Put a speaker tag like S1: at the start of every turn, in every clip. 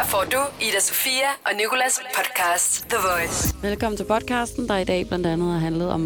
S1: Her får du Ida Sofia og Nicolas podcast The Voice.
S2: Velkommen til podcasten, der i dag blandt andet har handlet om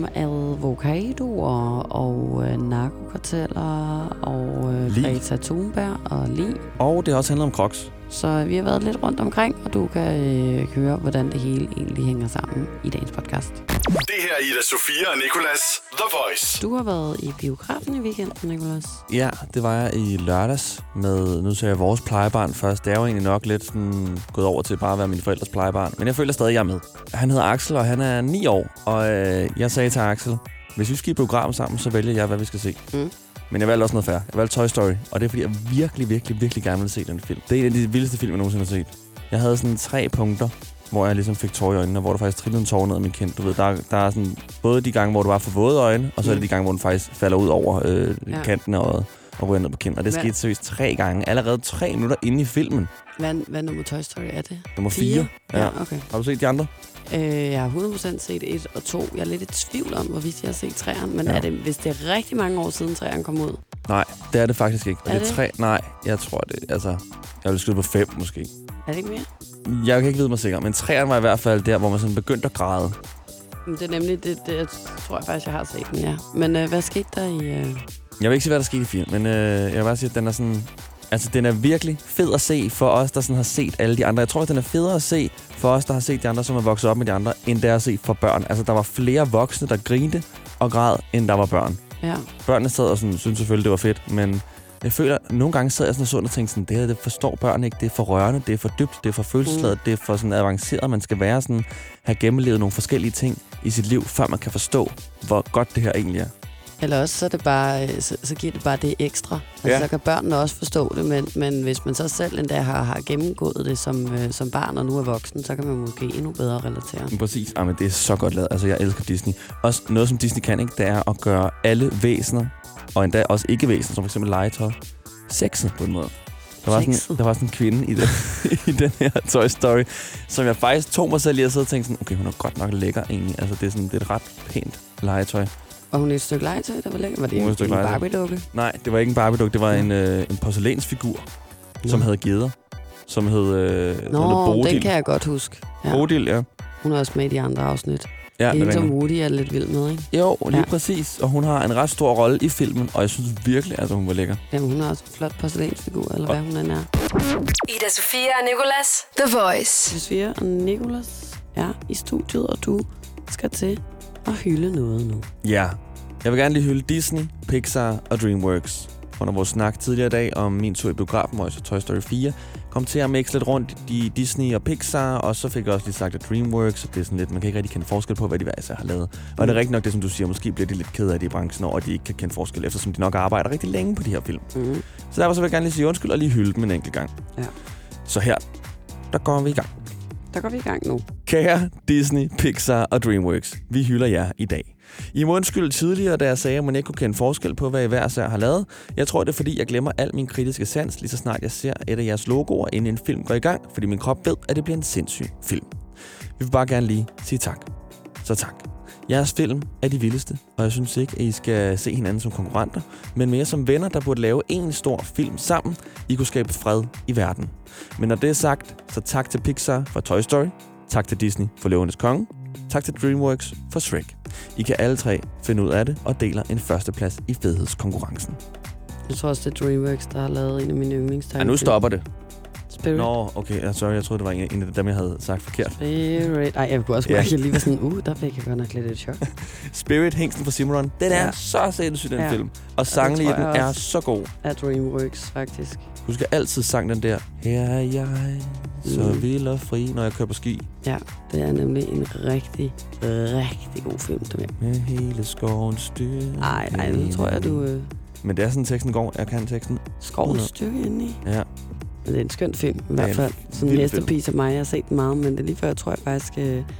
S2: avocadoer og narkokarteller og Greta Thunberg og Lig.
S3: Og det har også handlet om Crocs.
S2: Så vi har været lidt rundt omkring, og du kan høre, hvordan det hele egentlig hænger sammen i dagens podcast.
S4: Det her er Ida Sofia og Nicolas The Voice.
S2: Du har været i biografen i weekenden, Nicolas.
S3: Ja, det var jeg i lørdags med, nu ser jeg vores plejebarn først. Det er jo egentlig nok lidt sådan, gået over til bare at være mine forældres plejebarn. Men jeg føler stadig, jeg er med. Han hedder Axel, og han er 9 år. Og jeg sagde til Axel, hvis vi skal i biografen sammen, så vælger jeg, hvad vi skal se. Men jeg valgte også noget fair. Jeg valgte Toy Story, og det er fordi, jeg virkelig gerne vil se den film. Det er en af de vildeste film, jeg nogensinde har set. Jeg havde sådan 3 punkter, hvor jeg ligesom fik tårer i øjnene, og hvor der faktisk trillede en tårer ned af min kind. Du ved, der er sådan både de gange, hvor du var for våde øjne, og så er det de gange, hvor den faktisk falder ud over kanten og ryger ned på kind. Og det skete seriøst 3 gange. Allerede 3 minutter inde i filmen.
S2: Hvad nummer Toy Story er det?
S3: Nummer 4.
S2: Ja, okay.
S3: Har du set de andre?
S2: Jeg har 100% set 1 og 2. Jeg er lidt i tvivl om, hvorvidt jeg har set 3'eren. Men er det, hvis det er rigtig mange år siden 3'eren kom ud?
S3: Nej, det er det faktisk ikke.
S2: Er det
S3: 3? Nej, jeg tror det. Altså, jeg vil skyde på 5 måske.
S2: Er det ikke mere?
S3: Jeg kan ikke vide mig sikker, men 3'eren var i hvert fald der, hvor man sådan begyndte at græde.
S2: Det er nemlig det, jeg tror jeg faktisk, jeg har set den, ja. Men hvad skete der i...
S3: Jeg vil ikke sige, hvad der skete i filmen, men jeg vil bare sige, at den er sådan... Altså, den er virkelig fed at se for os, der sådan har set alle de andre. Jeg tror, at den er federe at se for os, der har set de andre, som er vokset op med de andre, end det er at se for børn. Altså, der var flere voksne, der grinte og græd, end der var børn.
S2: Ja.
S3: Børnene sad og sådan, synes selvfølgelig, det var fedt, men jeg føler, at nogle gange sad jeg sådan og tænkte sådan, det her, det forstår børn ikke, det er for rørende, det er for dybt, det er for følelsesladet, det er for sådan avanceret, man skal være sådan, have gennemlevet nogle forskellige ting i sit liv, før man kan forstå, hvor godt det her egentlig er.
S2: Eller også så er det bare, så giver det bare det ekstra. Altså, så kan børnene også forstå det, men hvis man så selv endda har gennemgået det som barn og nu er voksen, så kan man måske endnu bedre relatere.
S3: Præcis. Jamen, det er så godt lavet. Altså, jeg elsker Disney. Også noget, som Disney kan, ikke, det er at gøre alle væsener, og endda også ikke-væsener, som f.eks. legetøj, sexet på en måde. Der var sådan en kvinde i den her Toy Story, som jeg faktisk tog mig selv i at sidde og tænke sådan, okay, hun er godt nok lækker egentlig. Altså, det er et ret pænt legetøj.
S2: Og hun er et stykke legetøj, der var lækker? Var det en Barbie-dukke?
S3: Nej, det var ikke en Barbie-dukke. Det var en porcelænsfigur, som havde geder. Som hed Bodil.
S2: Den kan jeg godt huske.
S3: Ja. Bodil, ja.
S2: Hun er også med i de andre afsnit.
S3: Ja,
S2: det er som Woody er lidt vild med, ikke?
S3: Jo, lige præcis. Og hun har en ret stor rolle i filmen, og jeg synes virkelig, at hun var lækker.
S2: Jamen, hun er også en flot porcelænsfigur, eller hvad hun end er.
S1: Ida Sofia og Nicolas The Voice.
S2: Ida Sofia og Nicolas er i studiet, og du skal til at hylde noget nu.
S3: Ja. Jeg vil gerne lige hylde Disney, Pixar og DreamWorks. Under vores snak tidligere i dag om min tur i biografen, hvor jeg så Toy Story 4, kom til at mixe lidt rundt i Disney og Pixar, og så fik jeg også lige sagt, at DreamWorks, det er sådan lidt, man kan ikke rigtig kende forskel på, hvad de hver især har lavet. Og det er rigtig nok det, som du siger, måske bliver de lidt ked af det i branchen, og de ikke kan kende forskel, eftersom de nok arbejder rigtig længe på de her film. Så derfor så vil jeg gerne lige sige undskyld og lige hylde dem en enkelt gang.
S2: Ja.
S3: Så her, der går vi i gang.
S2: Der går vi i gang nu.
S3: Kære Disney, Pixar og DreamWorks, vi hylder jer i dag. I må undskylde tidligere, da jeg sagde, at man ikke kunne kende forskel på, hvad I hver især har lavet. Jeg tror, det er fordi, jeg glemmer al min kritiske sans, lige så snart jeg ser et af jeres logoer, inden en film går i gang, fordi min krop ved, at det bliver en sindssyg film. Vi vil bare gerne lige sige tak. Så tak. Jeres film er de vildeste, og jeg synes ikke, at I skal se hinanden som konkurrenter, men mere som venner, der burde lave en stor film sammen. I kunne skabe fred i verden. Men når det er sagt, så tak til Pixar for Toy Story, tak til Disney for Løvernes Konge, tak til DreamWorks for Shrek. I kan alle 3 finde ud af det og deler en førsteplads i fedhedskonkurrencen.
S2: Jeg tror også, det er DreamWorks, der har lavet en af mine yndlingstegn.
S3: Ja, nu stopper det.
S2: Spirit.
S3: Nå, okay. Sorry, jeg troede, det var en af dem, jeg havde sagt forkert.
S2: Spirit. Ej, jeg kunne også mærke, jeg lige var sådan, der fik jeg godt nok lidt et chok.
S3: Spirit, Hængsten fra Cimarron. Den er så sindssyg, den film. Og sangen i den er så god.
S2: Af DreamWorks, faktisk.
S3: Du skal altid sange den der. Her er jeg, så vild og fri, når jeg kører på ski.
S2: Ja, det er nemlig en rigtig, rigtig god film.
S3: Med hele skovens styr.
S2: Ej, nu tror jeg, du...
S3: Men det er sådan, teksten går. Jeg kan teksten.
S2: Skovens stykke indeni.
S3: Ja.
S2: Men det er en skøn film, i hvert fald. Sådan en masterpiece af mig. Jeg har set den meget, men det er lige før, jeg tror, jeg faktisk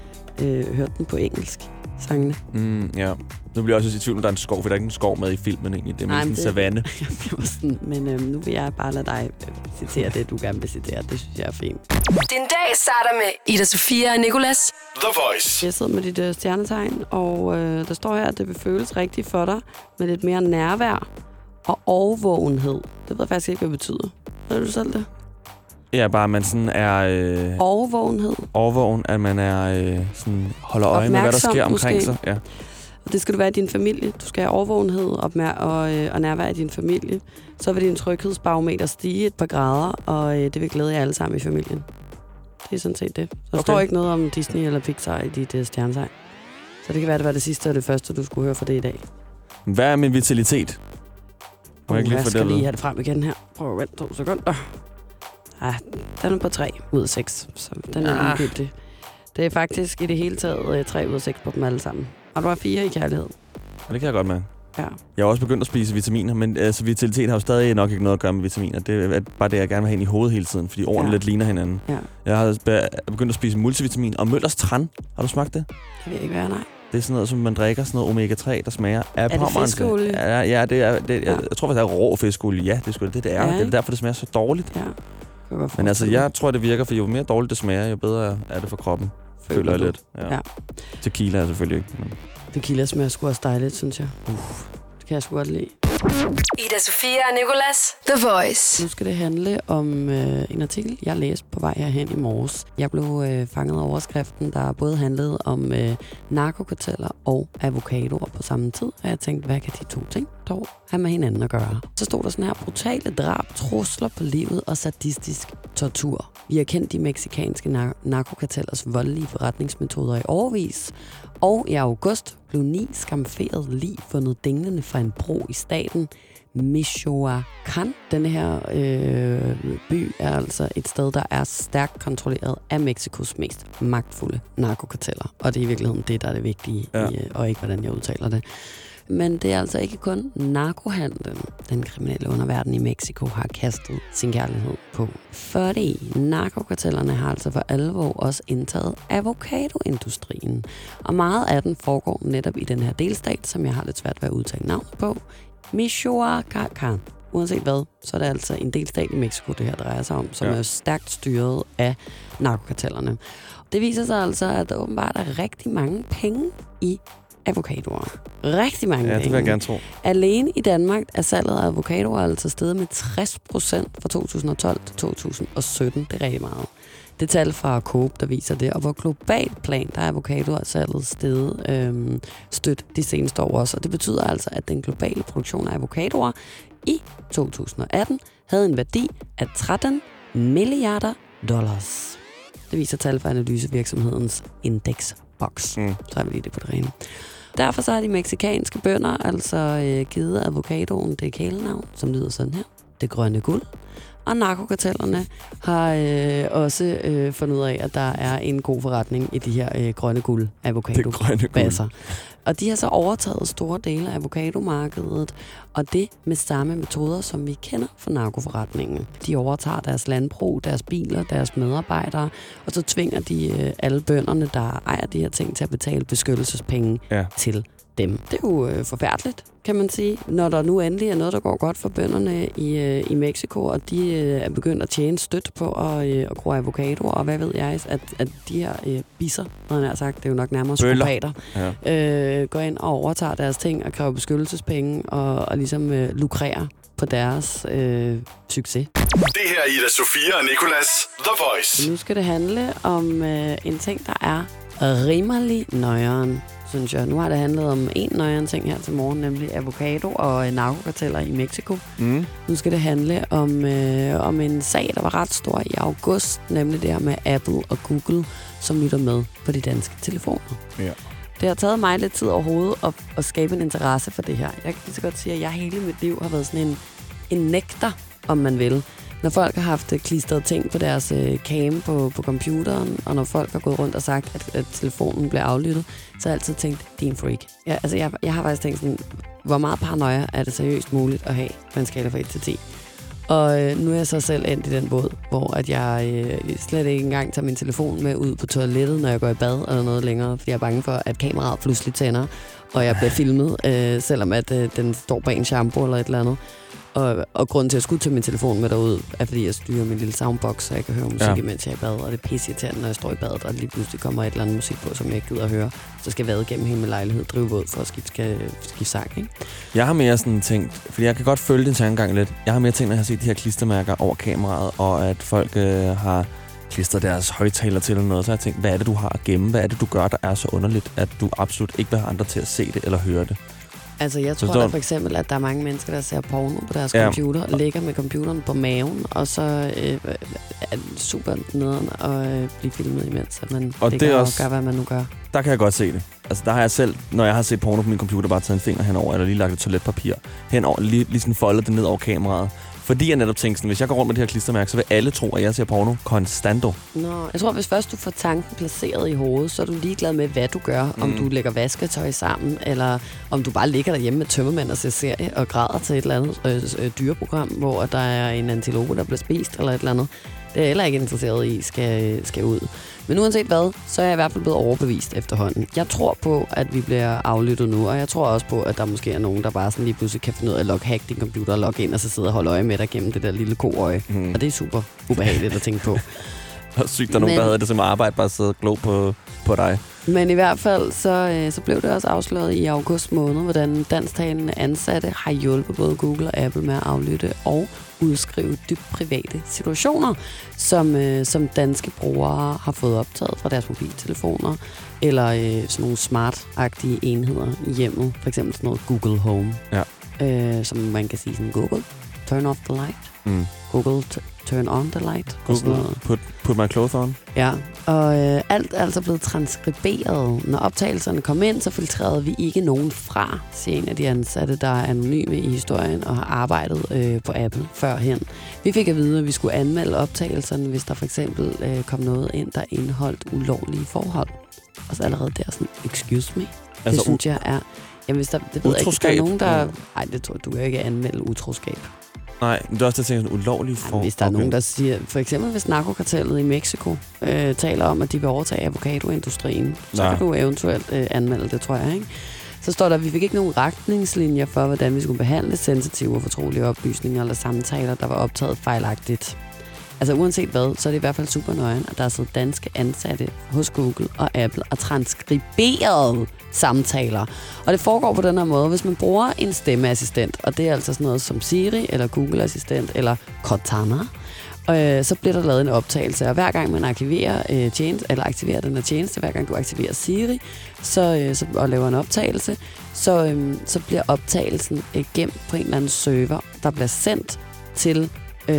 S2: hørte den på engelsk, sangene.
S3: Ja. Nu bliver jeg også i tvivl, om der er en skov, for der er ikke en skov med i filmen egentlig. Det er mest en savanne.
S2: Men nu vil jeg bare lade dig citere det, du gerne vil citere. Det synes jeg er fint.
S1: Din dag starter med Ida Sofia og Nicolas
S4: The Voice.
S2: Jeg sidder med dit stjernetegn, og der står her, at det vil føles rigtigt for dig med lidt mere nærvær og overvågenhed. Det ved jeg faktisk ikke, hvad det betyder. Ved du selv det?
S3: Ja, bare at man sådan er...
S2: Overvågenhed.
S3: Overvågen, at man er sådan holder øje med, hvad der sker omkring
S2: måske.
S3: sig. Ja.
S2: Og det skal du være i din familie. Du skal have overvågenhed og nærvær i din familie. Så vil din tryghedsbarometer stige et par grader, og det vil glæde jer alle sammen i familien. Det er sådan set det. Så der står ikke noget om Disney eller Pixar i dit stjernesegn. Så det kan være, det var det sidste og det første, du skulle høre fra det i dag.
S3: Hvad er min vitalitet?
S2: Jeg skal lige have det frem igen her. Prøv at vente 2 sekunder. Ja, den er på 3 ud af 6, så den er ligegyldig. Det er faktisk i det hele taget 3 ud af 6 på dem alle sammen. Og du har 4 i kærlighed.
S3: Og det kan jeg godt med.
S2: Ja.
S3: Jeg har også begyndt at spise vitaminer, men altså, vitalitet har jo stadig nok ikke noget at gøre med vitaminer. Det er bare det, jeg gerne vil have ind i hovedet hele tiden, fordi ordene lidt ligner hinanden. Ja. Jeg har begyndt at spise multivitamin og Møllers Tran. Har du smagt det?
S2: Det ved jeg ikke, hvad nej.
S3: Det er sådan noget, som man drikker, sådan noget omega-3, der smager af
S2: Er det fiskolie?
S3: Ja, det er. Jeg tror faktisk, det er rå fiskolie. Ja, det er det er. Ja, det er derfor, det smager så dårligt. Ja. Men altså, jeg tror, det virker, for jo mere dårligt det smager, jo bedre er det for kroppen. Føler jeg lidt. Ja. Tequila er selvfølgelig ikke. Men...
S2: Tequila smager sgu også dejligt, synes jeg. Det kan jeg sgu godt lide.
S1: Ida Sofia og Nicolas, The Voice.
S2: Nu skal det handle om en artikel, jeg læste på vej herhen i morges. Jeg blev fanget af overskriften, der både handlede om narkokarteller og avocadoer på samme tid. Og jeg tænkte, hvad kan de 2 ting dog have med hinanden at gøre? Så stod der sådan her: brutale drab, trusler på livet og sadistisk tortur. Vi har kendt de mexikanske narkokartellers voldelige forretningsmetoder i årevis. Og i august blev 9 skamferede lig fundet dinglende fra en bro i staten Michoacán. Denne her by er altså et sted, der er stærkt kontrolleret af Mexikos mest magtfulde narkokarteller. Og det er i virkeligheden det, der er det vigtige, og ikke hvordan jeg udtaler det. Men det er altså ikke kun narkohandlen, den kriminelle underverden i Mexico har kastet sin kærlighed på. Fordi narkokartellerne har altså for alvor også indtaget avocadoindustrien. Og meget af den foregår netop i den her delstat, som jeg har lidt svært ved at udtale navnet på. Michoacán. Uanset hvad, så er det altså en delstat i Mexico, det her drejer sig om, som er stærkt styret af narkokartellerne. Det viser sig altså, at der åbenbart er rigtig mange penge i avocadoer. Rigtig mange penge.
S3: Ja, det vil jeg gerne tro.
S2: Alene i Danmark er salget af avocadoer altså steget med 60% fra 2012 til 2017. Det er rigtig meget. Det er tal fra Coop, der viser det. Og på globalt plan, der er avocadoer-salget steget stødt de seneste år også. Og det betyder altså, at den globale produktion af avocadoer i 2018 havde en værdi af $13 milliarder. Det viser tal fra analysevirksomhedens Indexbox. Så har vi lige det på det rene. Derfor så har de mexikanske bønder altså givet avocadoen det kælenavn, som lyder sådan her: det grønne guld. Og narkokartellerne har også fundet ud af, at der er en god forretning i de her grønne guld avocado-basser. Og de har så overtaget store dele af avocadomarkedet, og det med samme metoder, som vi kender fra narkoforretningen. De overtager deres landbrug, deres biler, deres medarbejdere, og så tvinger de alle bønderne, der ejer de her ting, til at betale beskyttelsespenge til dem. Det er jo forfærdeligt, kan man sige, når der nu endelig er noget, der går godt for bønderne i Mexico, og de er begyndt at tjene stødt på at gro avocadoer, og hvad ved jeg, at de her bisser, når jeg har sagt, det er jo nok nærmere psykopater, går ind og overtager deres ting og kræver beskyttelsespenge og ligesom lukrerer på deres succes.
S4: Det her er Ida Sofia og Nicolas, The Voice.
S2: Nu skal det handle om en ting, der er rimelig nøjeren, synes jeg. Nu har det handlet om en nøjeren ting her til morgen, nemlig avocado og narkokarteller i Mexico. Nu skal det handle om en sag, der var ret stor i august, nemlig det her med Apple og Google, som lytter med på de danske telefoner. Ja. Det har taget mig lidt tid overhovedet at skabe en interesse for det her. Jeg kan lige så godt sige, at jeg hele mit liv har været sådan en nægter, om man vil. Når folk har haft klistret ting på deres cam på computeren, og når folk har gået rundt og sagt, at telefonen bliver aflyttet, så har jeg altid tænkt, det er en freak. Jeg har faktisk tænkt sådan, hvor meget paranoia er det seriøst muligt at have på en skala fra 1 til 10. Og nu er jeg så selv endt i den båd, hvor at jeg slet ikke engang tager min telefon med ud på toilettet, når jeg går i bad eller noget længere, fordi jeg er bange for, at kameraet pludselig tænder, og jeg bliver filmet, selvom at den står bag en shampoo eller et eller andet. Og grunden til, at jeg skulle tage min telefon med derud, er, fordi jeg styrer min lille soundbox, så jeg kan høre musik, imens jeg er i bad. Og det er pisseirriterende, når jeg står i badet, og lige pludselig kommer et eller andet musik på, som jeg ikke gider at høre. Så skal jeg vade gennem hele min lejlighed, drive våd for at skifte sang, ikke?
S3: Jeg har mere sådan tænkt, fordi jeg kan godt følge din tankegang lidt. Jeg har mere tænkt, når jeg har set de her klistermærker over kameraet, og at folk har klistret deres højtaler til eller noget, så har jeg tænkt, hvad er det, du har at gemme? Hvad er det, du gør, der er så underligt, at du absolut ikke vil have andre til at se det eller høre det?
S2: Altså, jeg tror da for eksempel, at der er mange mennesker, der ser porno på deres computer, og ligger med computeren på maven, og så er det super nederen at blive filmet imens, at man ligger og gør, hvad man nu gør.
S3: Der kan jeg godt se det. Altså, der har jeg selv, når jeg har set porno på min computer, bare taget en finger henover, eller lige lagt et toiletpapir henover, lige sådan foldet det ned over kameraet. Fordi jeg netop tænkte sådan, hvis jeg går rundt med det her klistermærke, så vil alle tro, at jeg ser porno konstanto.
S2: Nå, jeg tror, hvis først du får tanken placeret i hovedet, så er du ligeglad med, hvad du gør. Om du lægger vasketøj sammen, eller om du bare ligger derhjemme med tømmermænd og ser serie og græder til et eller andet dyreprogram, hvor der er en antilope, der bliver spist, eller et eller andet. Det er jeg heller ikke interesseret i, skal ud. Men uanset hvad, så er jeg i hvert fald blevet overbevist efterhånden. Jeg tror på, at vi bliver aflyttet nu, og jeg tror også på, at der måske er nogen, der bare sådan lige pludselig kan finde ud af at hacke din computer og logge ind, og så sidde og holde øje med dig gennem det der lille koøje. Og det er super ubehageligt at tænke på.
S3: Og sygt, der er nogen, der havde det som arbejde, bare sidde og glo på dig.
S2: Men i hvert fald, så blev det også afsløret i august måned, hvordan dansktalende ansatte har hjulpet både Google og Apple med at aflytte og udskrive dybt private situationer, som danske brugere har fået optaget fra deres mobiltelefoner, eller sådan nogle smart-agtige enheder i hjemmet. For eksempel sådan noget Google Home, som man kan sige sådan, Google, turn off the light. Google, turn on the light.
S3: Google, put my clothes on.
S2: Ja, og alt er altså blevet transkriberet. Når optagelserne kom ind, så filtrerede vi ikke nogen fra, siger en af de ansatte, der er anonyme i historien og har arbejdet på Apple førhen. Vi fik at vide, at vi skulle anmelde optagelserne, hvis der for eksempel kom noget ind, der indeholdt ulovlige forhold. Og så allerede der sådan, excuse me. Altså, det synes jeg er... Jamen, hvis der, det ved jeg ikke, der er nogen, der... Nej, det tror jeg, du kan ikke anmelde utroskab.
S3: Nej, men det er også det, sådan ulovlige forhold.
S2: Hvis der er nogen, der siger... For eksempel, hvis narkokartellet i Mexico taler om, at de vil overtage avocadoindustrien, så kan du eventuelt anmelde det, tror jeg, ikke? Så står der, at vi fik ikke nogen retningslinjer for, hvordan vi skulle behandle sensitive og fortrolige oplysninger eller samtaler, der var optaget fejlagtigt. Altså uanset hvad, så er det i hvert fald super nøjen, at der er siddet danske ansatte hos Google og Apple og transkriberet samtaler. Og det foregår på den her måde, hvis man bruger en stemmeassistent, og det er altså sådan noget som Siri eller Google Assistent eller Cortana, så bliver der lavet en optagelse. Og hver gang man aktiverer aktiverer den her tjeneste, hver gang du aktiverer Siri og laver en optagelse, så bliver optagelsen gemt på en eller anden server, der bliver sendt til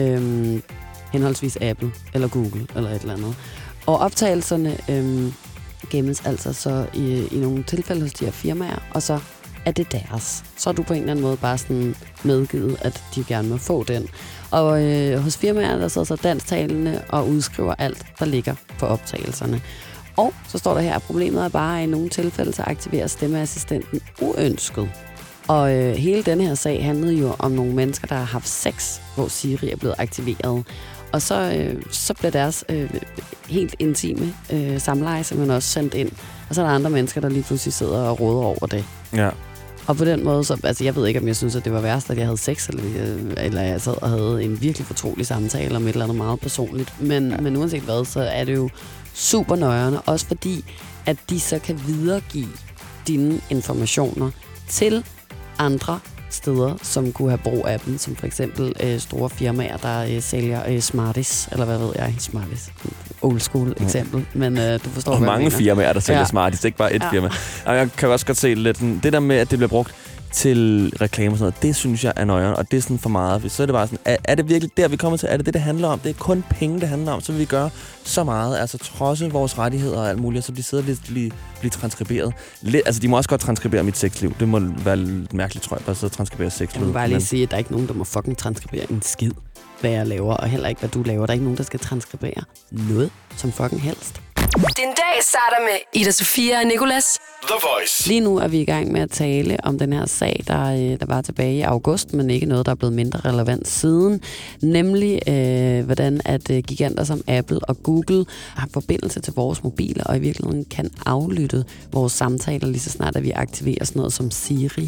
S2: henholdsvis Apple eller Google eller et eller andet. Og optagelserne gemmes altså så i nogle tilfælde hos de her firmaer, og så er det deres. Så er du på en eller anden måde bare sådan medgivet, at de gerne må få den. Og hos firmaer, der sidder så dansktalende og udskriver alt, der ligger på optagelserne. Og så står der her, at problemet er bare, at i nogle tilfælde, så aktiverer stemmeassistenten uønsket. Og hele denne her sag handlede jo om nogle mennesker, der har haft sex, hvor Siri er blevet aktiveret. Og så bliver deres helt intime samleje simpelthen også sendt ind. Og så er der andre mennesker, der lige pludselig sidder og råder over det.
S3: Ja.
S2: Og på den måde, så, altså jeg ved ikke, om jeg synes, at det var værst, at jeg havde sex, eller jeg sad og havde en virkelig fortrolig samtale om et eller andet meget personligt. Men uanset hvad, så er det jo super nøjerne, også fordi, at de så kan videregive dine informationer til andre steder, som kunne have brug af dem, som for eksempel store firmaer, der sælger Smarties, eller hvad ved jeg, Smarties. Old school eksempel, men du forstår,
S3: og
S2: hvad
S3: mange firmaer, der sælger Smarties, ikke bare et firma. Og jeg kan også godt se lidt, det der med, at det bliver brugt til reklamer og sådan noget, det synes jeg er nøjeren, og det er sådan for meget. Så er det bare sådan, er det virkelig der, vi kommer til? Er det det, det handler om? Det er kun penge, det handler om, så vil vi gøre så meget, altså trodse vores rettigheder og alt muligt, så de sidder lidt blive transkriberet. Altså, de må også godt transkribere mit sexliv. Det må være lidt mærkeligt, tror jeg, bare sidde og transkribere sexliv.
S2: Jeg vil bare lige sige, at der er ikke nogen, der må fucking transkribere en skid, hvad jeg laver, og heller ikke, hvad du laver. Der er ikke nogen, der skal transkribere noget som fucking helst.
S1: Den dag starter med Ida Sofia og Nicolas.
S4: The Voice.
S2: Lige nu er vi i gang med at tale om den her sag, der var tilbage i august, men ikke noget, der er blevet mindre relevant siden. Nemlig, hvordan at giganter som Apple og Google har forbindelse til vores mobiler, og i virkeligheden kan aflytte vores samtaler lige så snart, at vi aktiverer sådan noget som Siri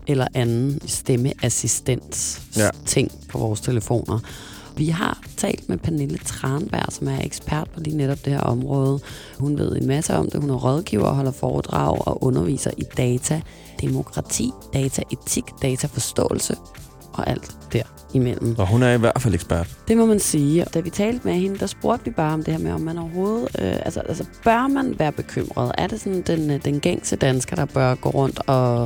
S2: eller anden stemmeassistens ting på vores telefoner. Vi har talt med Pernille Tranberg, som er ekspert på lige netop det her område. Hun ved en masse om det. Hun er rådgiver, holder foredrag og underviser i data, demokrati, dataetik, dataforståelse og alt derimellem.
S3: Og hun er i hvert fald ekspert.
S2: Det må man sige. Da vi talte med hende, der spurgte vi bare om det her med, om man overhovedet... altså, bør man være bekymret? Er det sådan den gængse dansker, der bør gå rundt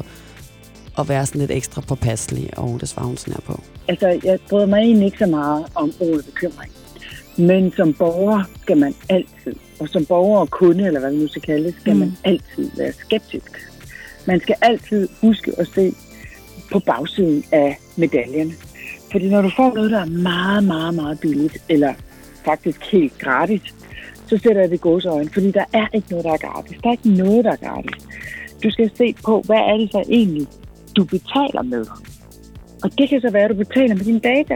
S2: og være sådan lidt ekstra påpasselig? Og det svarer hun sådan her på.
S5: Altså, jeg bryder mig egentlig ikke så meget om ordet bekymring. Men som borger skal man altid, og som borger og kunde, eller hvad vi nu skal kalde det, skal man altid være skeptisk. Man skal altid huske at se på bagsiden af medaljerne. Fordi når du får noget, der er meget, meget, meget billigt, eller faktisk helt gratis, så sætter jeg det i gåseøjne, fordi der er ikke noget, der er gratis. Der er ikke noget, der er gratis. Du skal se på, hvad er det så egentlig, du betaler med. Og det kan så være, at du betaler med dine data.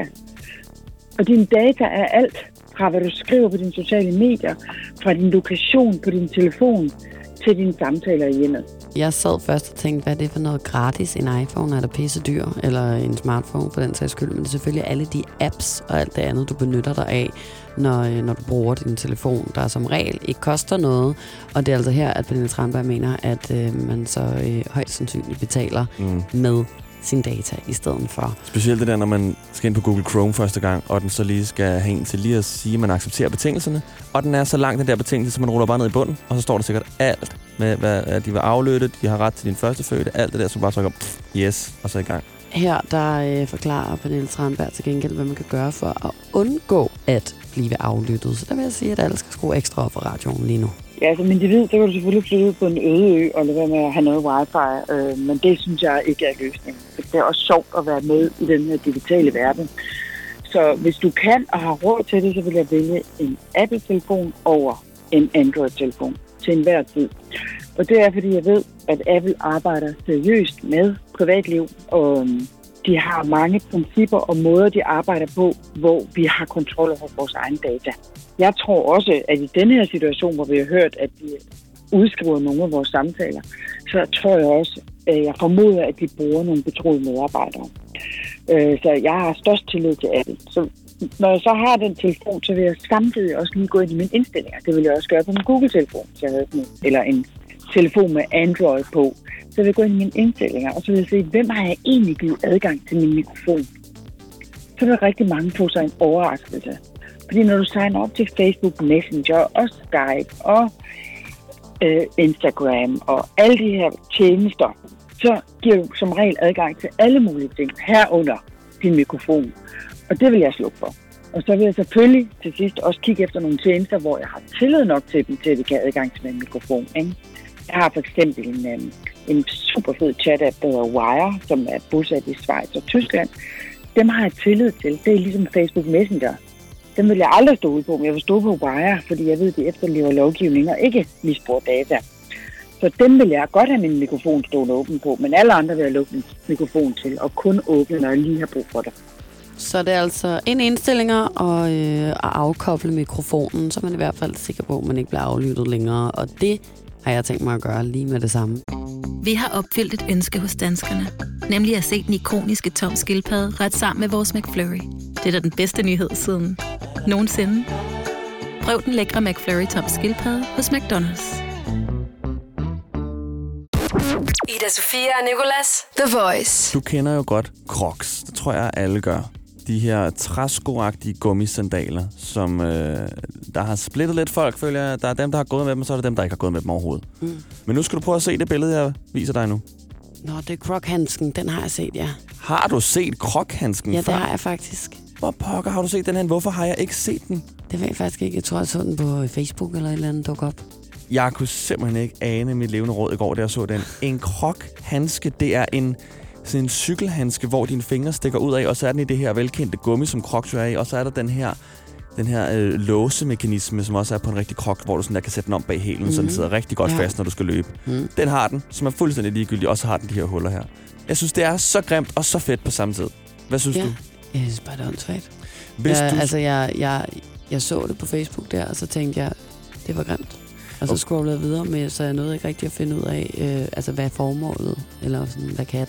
S5: Og dine data er alt fra, hvad du skriver på dine sociale medier, fra din lokation på din telefon, til dine samtaler i hjemmet.
S2: Jeg sad først og tænkte, hvad er det for noget gratis? En iPhone er der pisse dyr, eller en smartphone for den sags skyld. Men det er selvfølgelig alle de apps og alt det andet, du benytter dig af, når du bruger din telefon, der som regel ikke koster noget. Og det er altså her, at Pernille Tranberg mener, at man så højst sandsynligt betaler med sin data i stedet for.
S3: Specielt det der, når man skal ind på Google Chrome første gang, og den så lige skal have en til lige at sige, at man accepterer betingelserne. Og den er så langt, den der betingelse, så man ruller bare ned i bunden, og så står der sikkert alt med, hvad de vil aflytte, de har ret til din førstefødte, alt det der, så bare trykker yes, og så i gang.
S2: Her der forklarer Pernille Tranberg til gengæld, hvad man kan gøre for at undgå at blive aflyttet. Så der vil jeg sige, at alle skal skrue ekstra op for radioen lige nu.
S5: Ja, altså, men det ved, så kan du selvfølgelig flytte ud på en øde ø og lade være med at have noget wifi, men det synes jeg ikke er løsningen. Det er også sjovt at være med i den her digitale verden. Så hvis du kan og har råd til det, så vil jeg vælge en Apple-telefon over en Android-telefon til enhver tid. Og det er, fordi jeg ved, at Apple arbejder seriøst med privatliv, og de har mange principper og måder, de arbejder på, hvor vi har kontrol over vores egen data. Jeg tror også, at i denne her situation, hvor vi har hørt, at de udskriver nogle af vores samtaler, så tror jeg også, at jeg formoder, at de bruger nogle betroede medarbejdere. Så jeg har størst tillid til Apple. Så når jeg så har den telefon, så vil jeg samtidig også lige gå ind i mine indstillinger. Det vil jeg også gøre på min Google-telefon, hvis jeg havde den, eller en telefon med Android på. Så vil jeg gå ind i mine indstillinger, og så vil jeg se, hvem har jeg egentlig givet adgang til min mikrofon. Så vil rigtig mange få sig en overraskelse. Fordi når du signer op til Facebook Messenger og Skype og Instagram og alle de her tjenester, så giver du som regel adgang til alle mulige ting herunder din mikrofon. Og det vil jeg slukke for. Og så vil jeg selvfølgelig til sidst også kigge efter nogle tjenester, hvor jeg har tillid nok til dem, til at de kan have adgang til min mikrofon. Ikke? Jeg har for eksempel en super fed chat-app, der hedder Wire, som er bosat i Schweiz og Tyskland. Dem har jeg tillid til. Det er ligesom Facebook Messenger. Dem vil jeg aldrig stole på, men jeg vil stole på Wire, fordi jeg ved, at de efterlever lovgivning og ikke misbruger data. Så dem vil jeg godt have min mikrofon stående åben på, men alle andre vil jeg lukke min mikrofon til, og kun åbne, når jeg lige har brug for det.
S2: Så det er altså en indstillinger og at afkoble mikrofonen, så man i hvert fald sikker på, at man ikke bliver aflyttet længere. Og det har jeg tænkt mig at gøre lige med det samme.
S6: Vi har opfyldt et ønske hos danskerne, nemlig at se den ikoniske Tom Skildpadde ret sammen med vores McFlurry. Det er da den bedste nyhed siden nogensinde. Prøv den lækre McFlurry Tom Skildpadde hos McDonald's.
S1: Ida Sofia og Nicolas, The Voice.
S3: Du kender jo godt Crocs. Det tror jeg, alle gør. De her træskoagtige gummisandaler, som der har splittet lidt folk, føler jeg. Der er dem, der har gået med dem, og så er der dem, der ikke har gået med dem overhovedet. Men nu skal du prøve at se det billede, jeg viser dig nu.
S2: Nå, det er Croc-handsken. Den har jeg set, ja.
S3: Har du set Croc-handsken
S2: Ja,
S3: før?
S2: det har jeg faktisk.
S3: Hvor pokker har du set den her? Hvorfor har jeg ikke set den?
S2: Det ved jeg faktisk ikke. Jeg tror, jeg så den på Facebook eller et eller andet dukke op.
S3: Jeg kunne simpelthen ikke ane mit levende råd i går, da jeg så den. En Croc-handske, det er sådan en cykelhandske, hvor dine fingre stikker ud af, og så er den i det her velkendte gummi, som Crocs er i, og så er der den her låsemekanisme, som også er på en rigtig Croc, hvor du sådan der kan sætte den om bag hælen, så den sidder rigtig godt fast, når du skal løbe. Den har den, som er fuldstændig ligegyldig, og så har den de her huller her. Jeg synes, det er så grimt og så fedt på samme tid. Hvad synes du?
S2: Jeg synes bare, det er åndssvagt. Jeg så det på Facebook der, og så tænkte jeg, det var grimt. Og så scrollede jeg videre med, så jeg nåede ikke rigtig at finde ud af, hvad er formålet, eller sådan, hvad kan den?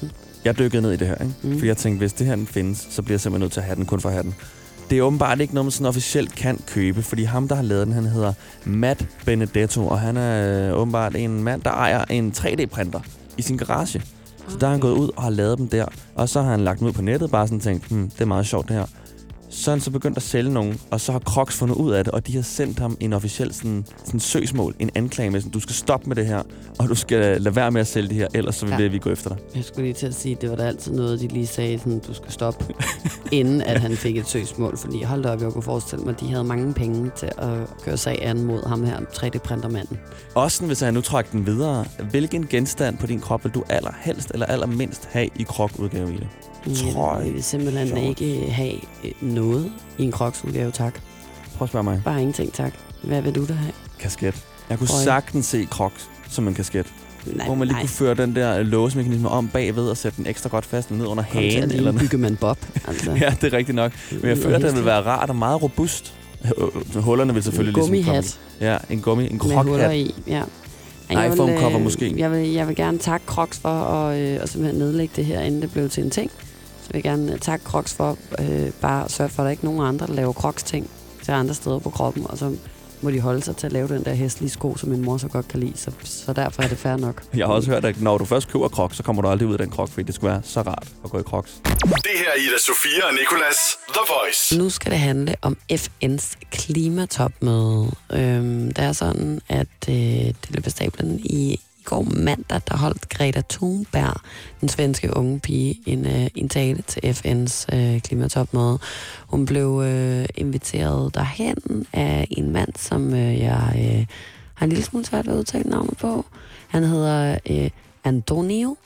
S3: Jeg dykkede ned i det her, ikke? For jeg tænkte, hvis det her findes, så bliver jeg simpelthen nødt til at have den, kun for at have den. Det er åbenbart ikke noget, man sådan officielt kan købe, fordi ham, der har lavet den, han hedder Matt Benedetto, og han er åbenbart en mand, der ejer en 3D-printer i sin garage. Så der har han gået ud og har lavet dem der, og så har han lagt dem ud på nettet, bare sådan tænkt, det er meget sjovt det her. Så er han så begyndt at sælge nogen, og så har Crocs fundet ud af det, og de har sendt ham en officiel sådan søgsmål, en anklage med sådan, du skal stoppe med det her, og du skal lade være med at sælge det her, ellers så vil vi gå efter dig.
S2: Jeg skulle lige til at sige, det var da altid noget, de lige sagde, sådan, du skal stoppe, inden at han fik et søgsmål, fordi hold da op, jeg kunne forestille mig, at de havde mange penge til at køre sag an mod ham her, 3D-printermanden.
S3: Også hvis jeg nu trækker den videre, hvilken genstand på din krop vil du allerhelst eller allermindst have i Croc-udgave i det?
S2: Jeg vil simpelthen ikke have noget i en Crocs-udgave, tak.
S3: Prøv at spørge mig.
S2: Bare ingenting, tak. Hvad vil du da have?
S3: Kasket. Jeg kunne sagtens se Crocs som en kasket.
S2: Nej,
S3: hvor man lige kunne føre den der låsemekanisme om bagved og sætte den ekstra godt fast ned under hagen.
S2: Eller bygger man bob. Altså.
S3: Ja, det er rigtigt nok. Men jeg føler, at det vil være rart og meget robust. Hullerne vil selvfølgelig
S2: en
S3: ligesom
S2: komme.
S3: Ja, en Croc-hat.
S2: Med huller i, ja.
S3: iPhone-cover måske.
S2: Jeg vil gerne takke Crocs for at simpelthen nedlægge det her, inden det blev til en ting. Så vil jeg gerne takke Crocs for bare at sørge for, at der ikke er nogen andre, der laver Crocs-ting til andre steder på kroppen, og så må de holde sig til at lave den der hæslige sko, som min mor så godt kan lide. Så derfor er det fair nok.
S3: Jeg har også hørt, at når du først køber Crocs, så kommer du aldrig ud af den Croc, fordi det skulle være så rart at gå i Crocs.
S4: Det her er Ida Sofia og Nicolas, The Voice.
S2: Nu skal det handle om FN's klimatopmøde. Det er sådan, at det løb af stablen i går mandag, der holdt Greta Thunberg, den svenske unge pige, en tale til FN's klimatopmøde. Hun blev inviteret derhen af en mand, som jeg har en lille smule svært ved at udtale navnet på. Han hedder Antonio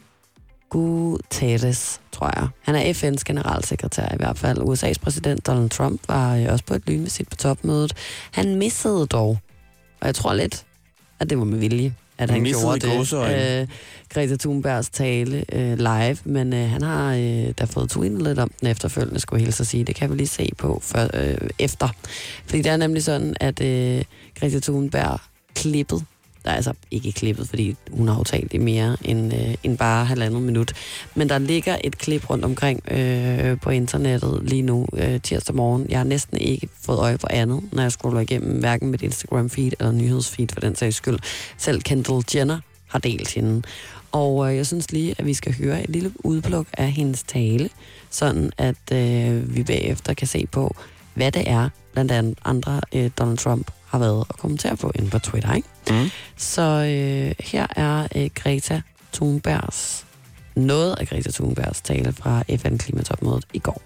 S2: Guterres, tror jeg. Han er FN's generalsekretær i hvert fald. USA's præsident Donald Trump var også på et lynvisit på topmødet. Han missede dog, og jeg tror lidt, at det var med vilje, at han gjorde det. Greta Thunbergs tale live, men han har da fået tweetet lidt om den efterfølgende, skulle jeg hilse at sige. Det kan vi lige se på efter. Fordi det er nemlig sådan, at Greta Thunberg klippet, der er altså ikke klippet, fordi hun har jo talt i mere end bare 1,5 minut. Men der ligger et klip rundt omkring på internettet lige nu, tirsdag morgen. Jeg har næsten ikke fået øje på andet, når jeg scroller igennem hverken mit Instagram-feed eller nyhedsfeed for den sags skyld. Selv Kendall Jenner har delt hende. Og jeg synes lige, at vi skal høre et lille udpluk af hendes tale, sådan at vi bagefter kan se på, hvad det er, blandt andet andre Donald Trump har været og kommentere på inde på Twitter, ikke? Så her er Greta Thunbergs, noget af Greta Thunbergs tale fra FN-klimatopmødet i går.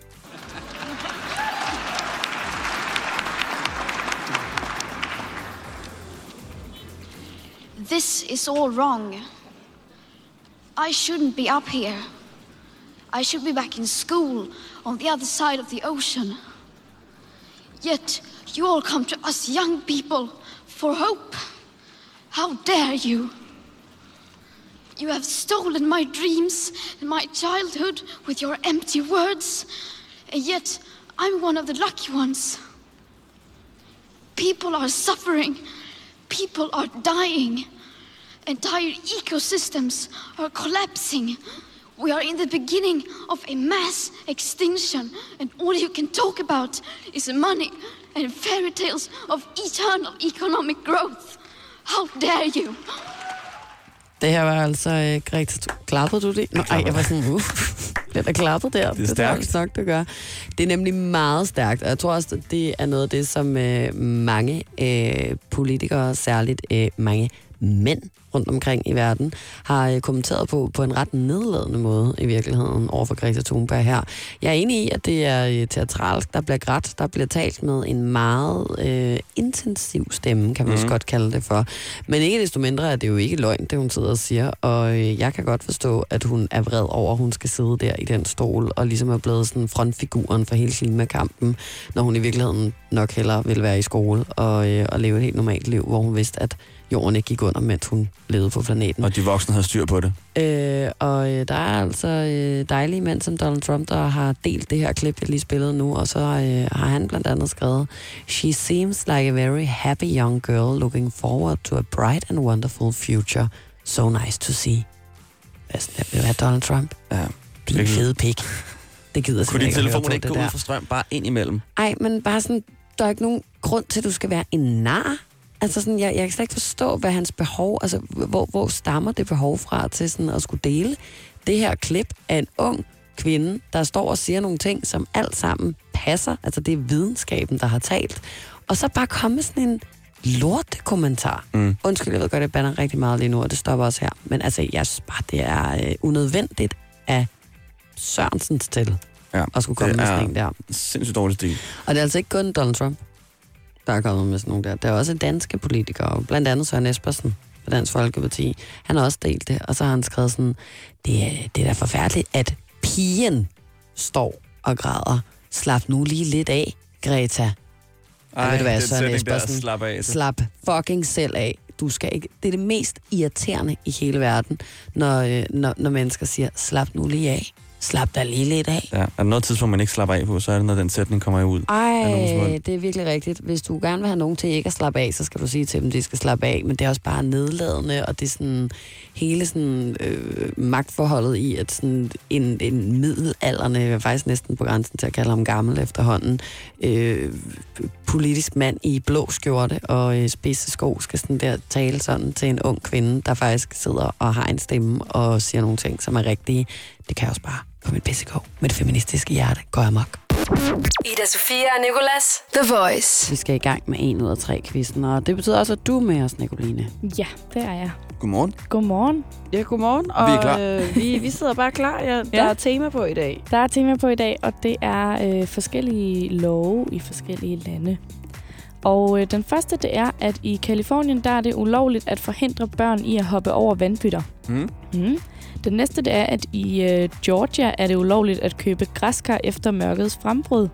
S7: This is all wrong. I shouldn't be up here. I should be back in school on the other side of the ocean. Yet you all come to us young people for hope. How dare you? You have stolen my dreams and my childhood with your empty words, and yet I'm one of the lucky ones. People are suffering. People are dying. Entire ecosystems are collapsing. We are in the beginning of a mass extinction, and all you can talk about is money and fairy tales of eternal economic growth. How dare you?
S2: Det her var altså Greta. Klappede du det? Nej, jeg var sådan, det er klappet der.
S3: Det er stærkt.
S2: Det nok, det gør. Det er nemlig meget stærkt, og jeg tror også, at det er noget af det, som mange politikere, særligt mange mænd rundt omkring i verden, har kommenteret på en ret nedladende måde i virkeligheden over for Greta Thunberg her. Jeg er enig i, at det er teatralsk, der bliver grædt, der bliver talt med en meget intensiv stemme, kan man også godt kalde det for. Men ikke desto mindre er det jo ikke løgn, det hun sidder og siger, og jeg kan godt forstå, at hun er vred over, at hun skal sidde der i den stol, og ligesom er blevet sådan frontfiguren for hele klimakampen, når hun i virkeligheden nok hellere vil være i skole og leve et helt normalt liv, hvor hun vidste, at jorden ikke gik under, mens hun levede på planeten.
S3: Og de voksne havde styr på det.
S2: Der er altså dejlige mænd som Donald Trump, der har delt det her klip, jeg lige spillede nu, og så har han blandt andet skrevet: "She seems like a very happy young girl looking forward to a bright and wonderful future. So nice to see." Hvad er Donald Trump?
S3: Ja.
S2: din fede pik. Det gider
S3: kunne din telefon ikke gå
S2: ud
S3: for strøm bare ind imellem?
S2: Ej, men bare sådan, der er ikke nogen grund til, at du skal være en nar. Altså sådan, jeg kan slet ikke forstå, hvad hans behov, altså hvor stammer det behov fra til sådan at skulle dele det her klip af en ung kvinde, der står og siger nogle ting, som alt sammen passer. Altså det er videnskaben, der har talt. Og så bare komme med sådan en lortekommentar. Undskyld, jeg ved godt, jeg bander rigtig meget lige nu, og det stopper også her. Men altså, jeg synes bare, det er unødvendigt af Sørensens til at skulle komme med sådan en der.
S3: Sindssygt dårlig stil.
S2: Og det er altså ikke kun Donald Trump, der er kommet med sådan nogle der. Der er også danske politikere, blandt andet Søren Espersen fra Dansk Folkeparti. Han har også delt det, og så har han skrevet sådan, det er da forfærdeligt, at pigen står og græder. Slap nu lige lidt af, Greta.
S3: Ej,
S2: ved du hvad, Søren Espersen?
S3: Slap af.
S2: Slap fucking selv af. Du skal ikke. Det er det mest irriterende i hele verden, når mennesker siger, slap nu lige af. Slap da lige lidt af.
S3: Ja, er der noget tidspunkt, man ikke slapper af på, så er det, når den sætning kommer ud.
S2: Ej, det er virkelig rigtigt. Hvis du gerne vil have nogen til ikke at slappe af, så skal du sige til dem, at de skal slappe af. Men det er også bare nedladende, og det er sådan hele sådan, magtforholdet i, at sådan en middelaldrende, jeg er faktisk næsten på grænsen til at kalde ham gammel efterhånden, politisk mand i blå skjorte og spidse sko skal sådan der tale sådan til en ung kvinde, der faktisk sidder og har en stemme og siger nogle ting, som er rigtige. Det kan også bare på mit pissekog med det feministiske hjerte går amok.
S1: Ida Sofia og Nicolas, The Voice.
S2: Vi skal i gang med 1 ud af 3 quizzen, og det betyder også, at du er med os, Nicoline.
S8: Ja, det er jeg.
S3: Godmorgen.
S8: Godmorgen.
S2: Ja, godmorgen. Og
S3: vi er klar.
S2: Vi sidder bare klar. Der er tema på i dag.
S8: Der er tema på i dag, og det er forskellige love i forskellige lande. Og den første, det er, at i Californien, der er det ulovligt at forhindre børn i at hoppe over vandpytter. Den næste, det er, at i Georgia er det ulovligt at købe græskar efter mørkets frembrud.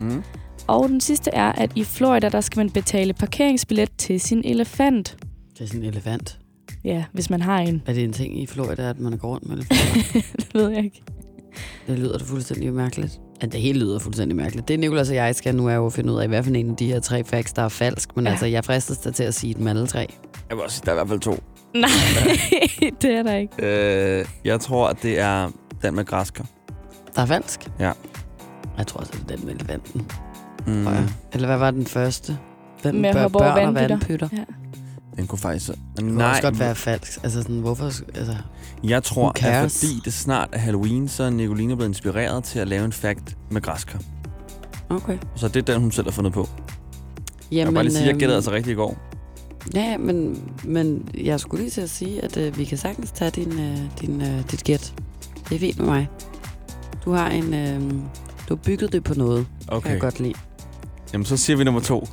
S8: Og den sidste er, at i Florida, der skal man betale parkeringsbillet til sin elefant.
S2: Til sin elefant?
S8: Ja, hvis man har en.
S2: Er det en ting i Florida, at man går rundt med elefanter?
S8: Det ved jeg ikke.
S2: Det lyder da fuldstændig mærkeligt. At det hele lyder fuldstændig mærkeligt. Det Nicolas og jeg skal nu er jo at finde ud af, hvad for en af de her 3 facts, der er falsk. Men altså, jeg fristes til at sige dem alle 3.
S3: Jeg vil også sige, der er i hvert fald 2.
S8: Nej, det er der ikke.
S3: Jeg tror, at det er den med græskar.
S2: Der er falsk?
S3: Ja.
S2: Jeg tror også, det er den med elefanten. Eller hvad var den første? Den
S8: med
S2: børn og vandpytter.
S8: Ja.
S3: Den kunne faktisk...
S2: Det kunne også godt være falsk. Altså sådan, hvorfor... Altså,
S3: jeg tror, at fordi det snart er Halloween, så er Nicoline blevet inspireret til at lave en fact med græskar.
S2: Okay.
S3: Så det er den, hun selv har fundet på.
S2: Jamen,
S3: jeg vil bare lige sige, at jeg gættede altså rigtigt i går.
S2: Ja, men jeg skulle lige til at sige, at vi kan sagtens tage dit gæt. Det er fint med mig. Du har du har bygget det på noget.
S3: Okay.
S2: Kan jeg godt lide.
S3: Jamen, så siger vi nummer 2.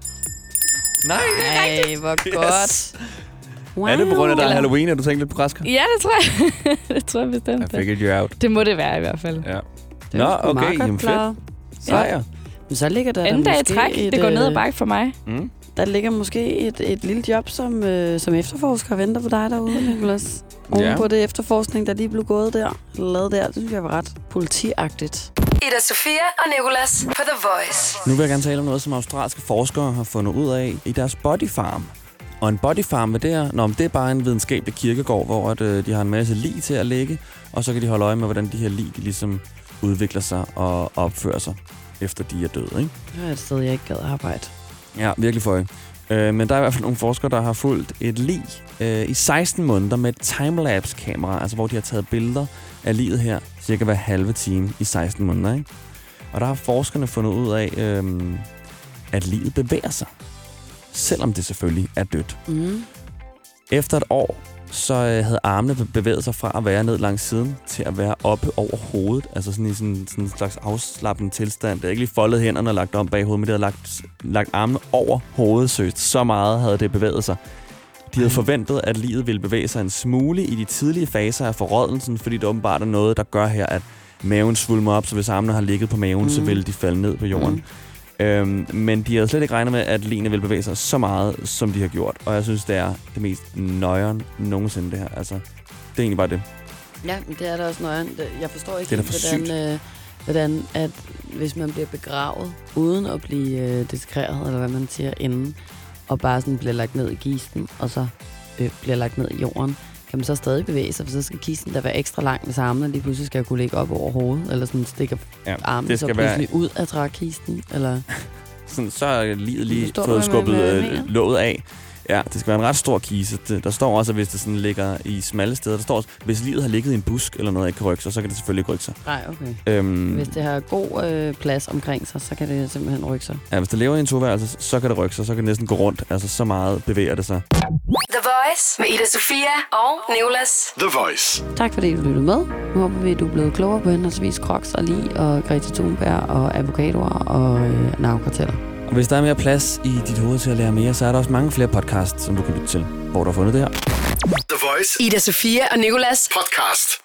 S3: Nej, det er rigtigt.
S2: Hvor godt.
S3: Wow. Er det på grund af, der er Halloween, at du tænkte lidt på græskar?
S8: Ja, det tror jeg. Det tror jeg bestemt.
S3: I figured you out.
S8: Det må det være i hvert fald.
S3: Ja.
S2: Det nå, okay. Jamen fedt.
S3: Sejr.
S2: Men så ligger der
S8: anden dag i træk. Det går ned ad bakke for mig.
S2: Der ligger måske et lille job som efterforsker og venter på dig derude, Nicolas. Oven på det efterforskning, der lige blev gået der. Lavet der. Det synes jeg var ret politiagtigt.
S1: Ida Sofia og Nicolas på The Voice.
S3: Nu vil jeg gerne tale om noget, som australske forskere har fundet ud af i deres body farm. Og en body farm, hvad det er? Det er bare en videnskabelig kirkegård, hvor de har en masse lig til at lægge, og så kan de holde øje med, hvordan de her lig de ligesom udvikler sig og opfører sig, efter de er døde, ikke?
S2: Det er et sted, jeg ikke gad arbejde.
S3: Ja, virkelig for men der er i hvert fald nogle forskere, der har fulgt et lig i 16 måneder med et timelapse-kamera, altså hvor de har taget billeder af liget her, cirka hver halve time i 16 måneder, ikke? Og der har forskerne fundet ud af, at liget bevæger sig, selvom det selvfølgelig er dødt. Efter et år, så havde armene bevæget sig fra at være ned langs siden til at være oppe over hovedet. Altså sådan i sådan en slags afslappende tilstand. Det er ikke lige foldet hænderne og lagt om bag hovedet, men det havde lagt armene over hovedet søgt. Så meget havde det bevæget sig. De havde forventet, at liget ville bevæge sig en smule i de tidlige faser af forrådelsen, fordi det åbenbart er noget, der gør her, at maven svulmer op, så hvis armene har ligget på maven, så vil de falde ned på jorden. Men de havde slet ikke regnet med, at ligene ville bevæge sig så meget, som de har gjort. Og jeg synes, det er det mest nøjeren nogensinde, det her. Altså, det er egentlig bare det.
S2: Ja, men det er da også nøjeren. Jeg forstår ikke,
S3: hvordan
S2: at hvis man bliver begravet, uden at blive diskreret, eller hvad man siger, inden, og bare sådan bliver lagt ned i kisten, og så bliver lagt ned i jorden, kan man så stadig bevæge sig, for så skal kisten der være ekstra lang med armene, og lige pludselig skal jeg kunne lægge op over hovedet, eller sådan stikker armen så pludselig ud af trækisten, eller...
S3: Sådan, så er livet lige fået skubbet låget af. Ja, det skal være en ret stor kise. Der står også, at hvis det sådan ligger i smalle steder, der står også, hvis livet har ligget i en busk eller noget, ikke kan rykke sig, så kan det selvfølgelig ikke rykke sig.
S2: Nej, okay. Hvis det har god plads omkring sig, så kan det simpelthen rykke sig.
S3: Ja, hvis det lever i en toværelse, så kan det rykke sig, så kan det næsten gå rundt. Altså, så meget bevæger det sig.
S1: The Voice med Ida Sofia og Nicolas.
S4: The Voice.
S2: Tak fordi du lyttede med. Nu håber vi, at du er blevet klogere på henholdsvis Crocs og Lee og Greta Thunberg og avocadoer og narkokarteller.
S3: Og hvis der er mere plads i dit hoved til at lære mere, så er der også mange flere podcasts, som du kan lytte til. Hvor du har fundet det her.
S4: The Voice.
S1: Ida Sofia og Nicolas.
S4: Podcast.